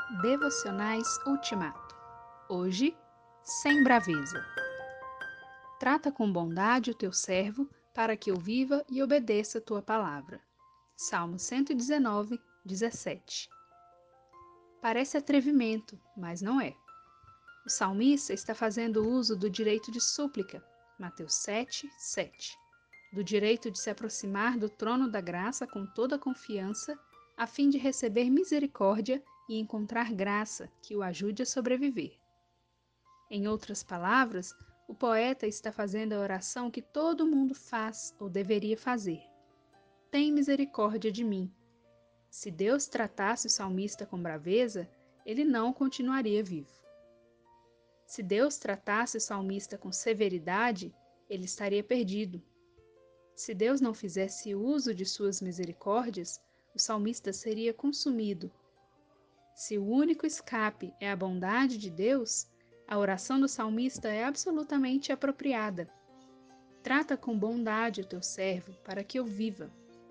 Devocionais Ultimato. Hoje, sem braveza. Trata com bondade o teu servo, para que eu viva e obedeça a tua palavra. Salmo 119, 17. Parece atrevimento, mas não é. O salmista está fazendo uso do direito de súplica, Mateus 7, 7. Do direito de se aproximar do trono da graça com toda confiança, a fim de receber misericórdia e encontrar graça que o ajude a sobreviver. Em outras palavras, o poeta está fazendo a oração que todo mundo faz ou deveria fazer. Tem misericórdia de mim. Se Deus tratasse o salmista com braveza, ele não continuaria vivo. Se Deus tratasse o salmista com severidade, ele estaria perdido. Se Deus não fizesse uso de suas misericórdias, o salmista seria consumido. Se o único escape é a bondade de Deus, a oração do salmista é absolutamente apropriada. Trata com bondade o teu servo, para que eu viva.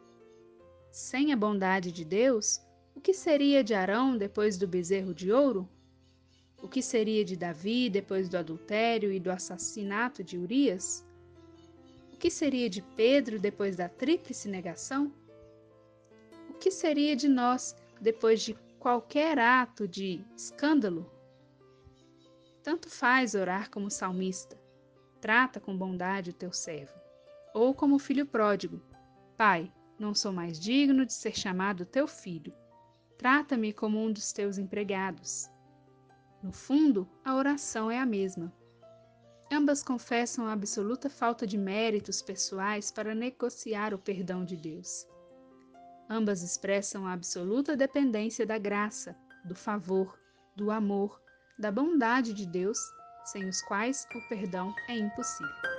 Sem a bondade de Deus, o que seria de Arão depois do bezerro de ouro? O que seria de Davi depois do adultério e do assassinato de Urias? O que seria de Pedro depois da tríplice negação? O que seria de nós depois de qualquer ato de escândalo? Tanto faz orar como salmista. Trata com bondade o teu servo. Ou como o filho pródigo. Pai, não sou mais digno de ser chamado teu filho. Trata-me como um dos teus empregados. No fundo, a oração é a mesma. Ambas confessam a absoluta falta de méritos pessoais para negociar o perdão de Deus. Ambas expressam a absoluta dependência da graça, do favor, do amor, da bondade de Deus, sem os quais o perdão é impossível.